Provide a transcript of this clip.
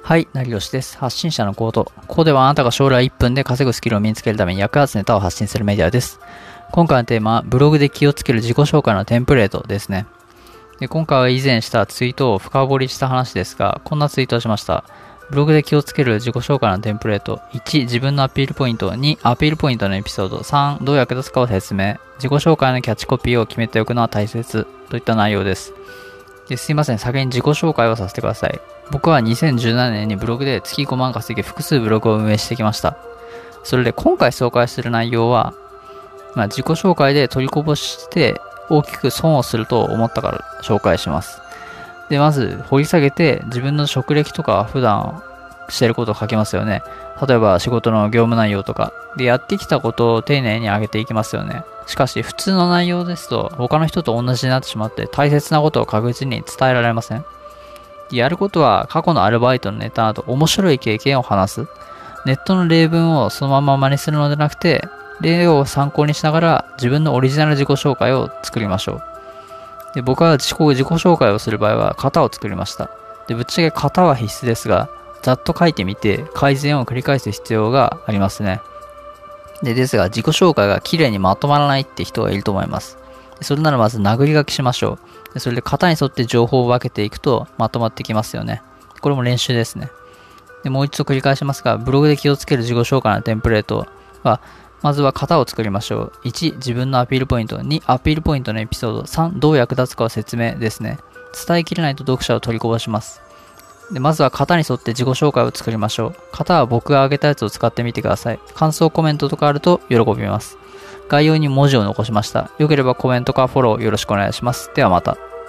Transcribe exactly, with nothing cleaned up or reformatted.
はい、成吉です。発信者のコード。ここではあなたが将来いっぷんで稼ぐスキルを身につけるために役立つネタを発信するメディアです。今回のテーマは、ブログで気をつける自己紹介のテンプレートですね。で今回は以前したツイートを深掘りした話ですが、こんなツイートをしました。ブログで気をつける自己紹介のテンプレート。いち、自分のアピールポイント。に、アピールポイントのエピソード。さん、どう役立つかを説明。自己紹介のキャッチコピーを決めておくのは大切。といった内容です。ですいません、先に自己紹介をさせてください。僕はにせんじゅうななねんにブログで月ごまん稼ぎ複数ブログを運営してきました。それで今回紹介する内容は、まあ、自己紹介で取りこぼして大きく損をすると思ったから紹介します。で、まず掘り下げて自分の職歴とか普段していることを書きますよね。例えば仕事の業務内容とか。で、やってきたことを丁寧に上げていきますよね。しかし普通の内容ですと他の人と同じになってしまって大切なことを確実に伝えられません。やることは過去のアルバイトのネタなど面白い経験を話す。ネットの例文をそのまま真似するのではなくて、例を参考にしながら自分のオリジナル自己紹介を作りましょう。で僕は自己自己紹介をする場合は型を作りました。でぶっちゃけ型は必須ですが、ざっと書いてみて改善を繰り返す必要がありますね。でですが自己紹介が綺麗にまとまらないって人がいると思います。それならまず殴り書きしましょう。でそれで型に沿って情報を分けていくとまとまってきますよね。これも練習ですね。でもう一度繰り返しますが、ブログで気をつける自己紹介のテンプレートは、まずは型を作りましょう。いち、自分のアピールポイント。に、アピールポイントのエピソード。さん、どう役立つかを説明ですね。伝えきれないと読者を取りこぼします。でまずは型に沿って自己紹介を作りましょう。型は僕が挙げたやつを使ってみてください。感想コメントとかあると喜びます。概要に文字を残しました。よければコメントかフォローよろしくお願いします。ではまた。